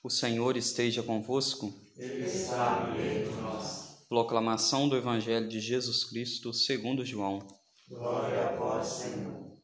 O Senhor esteja convosco. Ele está no meio de nós. Proclamação do Evangelho de Jesus Cristo segundo João. Glória a vós, Senhor.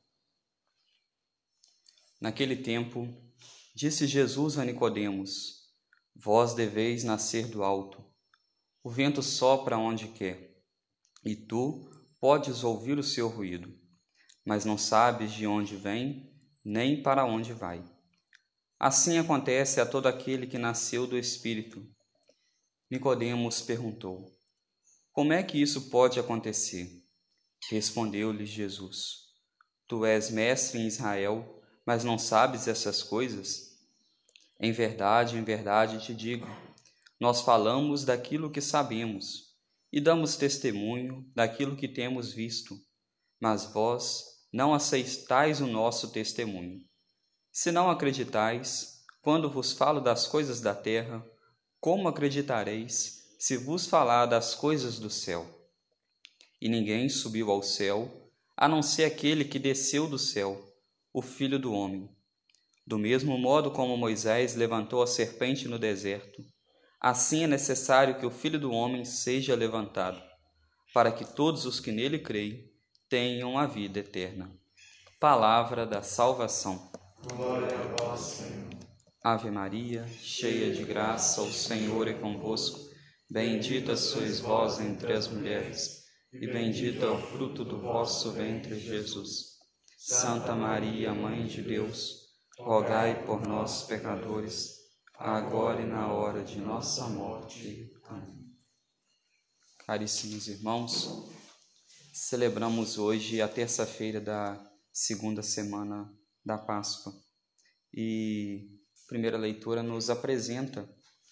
Naquele tempo, disse Jesus a Nicodemos: Vós deveis nascer do alto. O vento sopra onde quer, e tu podes ouvir o seu ruído, mas não sabes de onde vem, nem para onde vai. Assim acontece a todo aquele que nasceu do Espírito. Nicodemos perguntou: Como é que isso pode acontecer? Respondeu-lhe Jesus: Tu és mestre em Israel, mas não sabes essas coisas? Em verdade te digo, nós falamos daquilo que sabemos e damos testemunho daquilo que temos visto, mas vós não aceitais o nosso testemunho. Se não acreditais, quando vos falo das coisas da terra, como acreditareis se vos falar das coisas do céu? E ninguém subiu ao céu, a não ser aquele que desceu do céu, o Filho do Homem. Do mesmo modo como Moisés levantou a serpente no deserto, assim é necessário que o Filho do Homem seja levantado, para que todos os que nele creem tenham a vida eterna. Palavra da salvação. Glória a vós, Senhor. Ave Maria, cheia de graça, o Senhor é convosco. Bendita sois vós entre as mulheres, e bendito é o fruto do vosso ventre, Jesus. Santa Maria, Mãe de Deus, rogai por nós, pecadores, agora e na hora de nossa morte. Amém. Caríssimos irmãos, celebramos hoje a terça-feira da segunda semana da Páscoa. E a primeira leitura nos apresenta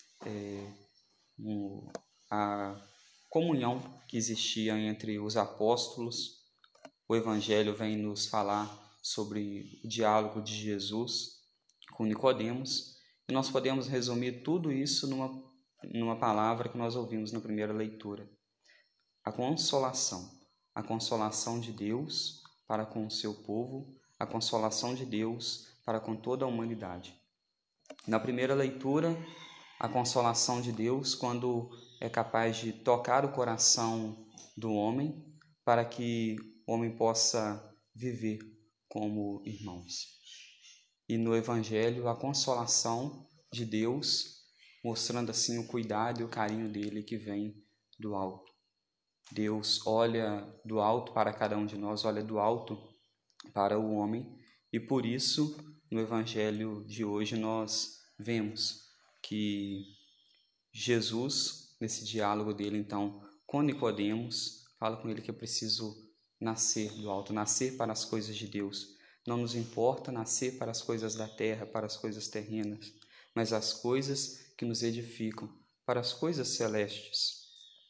a comunhão que existia entre os apóstolos. O Evangelho vem nos falar sobre o diálogo de Jesus com Nicodemos, e nós podemos resumir tudo isso numa palavra que nós ouvimos na primeira leitura: a consolação de Deus para com o seu povo, a consolação de Deus para com toda a humanidade. Na primeira leitura, a consolação de Deus quando é capaz de tocar o coração do homem para que o homem possa viver como irmãos. E no Evangelho, a consolação de Deus, mostrando assim o cuidado e o carinho dele que vem do alto. Deus olha do alto para cada um de nós, olha do alto para o homem, e por isso, no Evangelho de hoje, nós vemos que Jesus, nesse diálogo dele, então, com Nicodemos, fala com ele que é preciso nascer do alto, nascer para as coisas de Deus. Não nos importa nascer para as coisas da terra, para as coisas terrenas, mas as coisas que nos edificam, para as coisas celestes.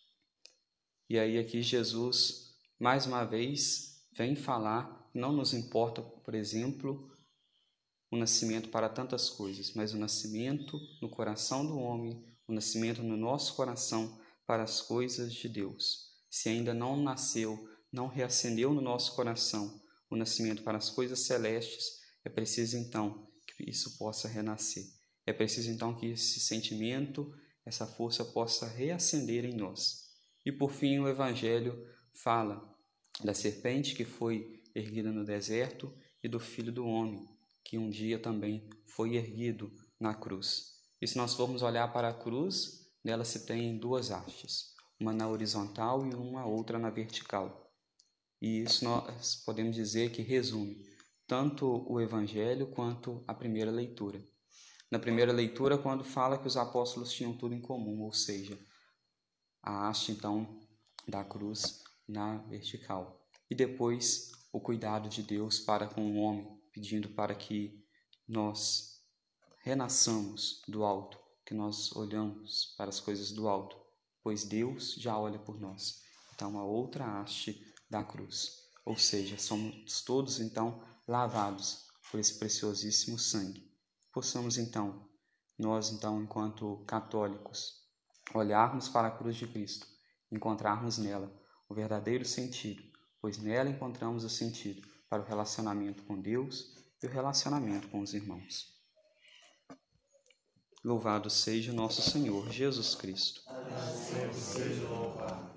E aí aqui Jesus, mais uma vez, vem falar, não nos importa, por exemplo, o nascimento para tantas coisas, mas o nascimento no coração do homem, o nascimento no nosso coração para as coisas de Deus. Se ainda não nasceu, não reacendeu no nosso coração o nascimento para as coisas celestes, é preciso então que isso possa renascer. É preciso então que esse sentimento, essa força possa reacender em nós. E por fim o Evangelho fala da serpente que foi erguida no deserto e do Filho do Homem, que um dia também foi erguido na cruz. E se nós formos olhar para a cruz, nela se tem duas hastes, uma na horizontal e uma outra na vertical. E isso nós podemos dizer que resume tanto o Evangelho quanto a primeira leitura. Na primeira leitura, quando fala que os apóstolos tinham tudo em comum, ou seja, a haste então da cruz na vertical. E depois o cuidado de Deus para com o homem, pedindo para que nós renasçamos do alto, que nós olhamos para as coisas do alto, pois Deus já olha por nós. Então, a outra haste da cruz, ou seja, somos todos então lavados por esse preciosíssimo sangue. Possamos então, nós então, enquanto católicos, olharmos para a cruz de Cristo, encontrarmos nela o verdadeiro sentido, pois nela encontramos o sentido para o relacionamento com Deus e o relacionamento com os irmãos. Louvado seja nosso Senhor Jesus Cristo. Sempre seja louvado.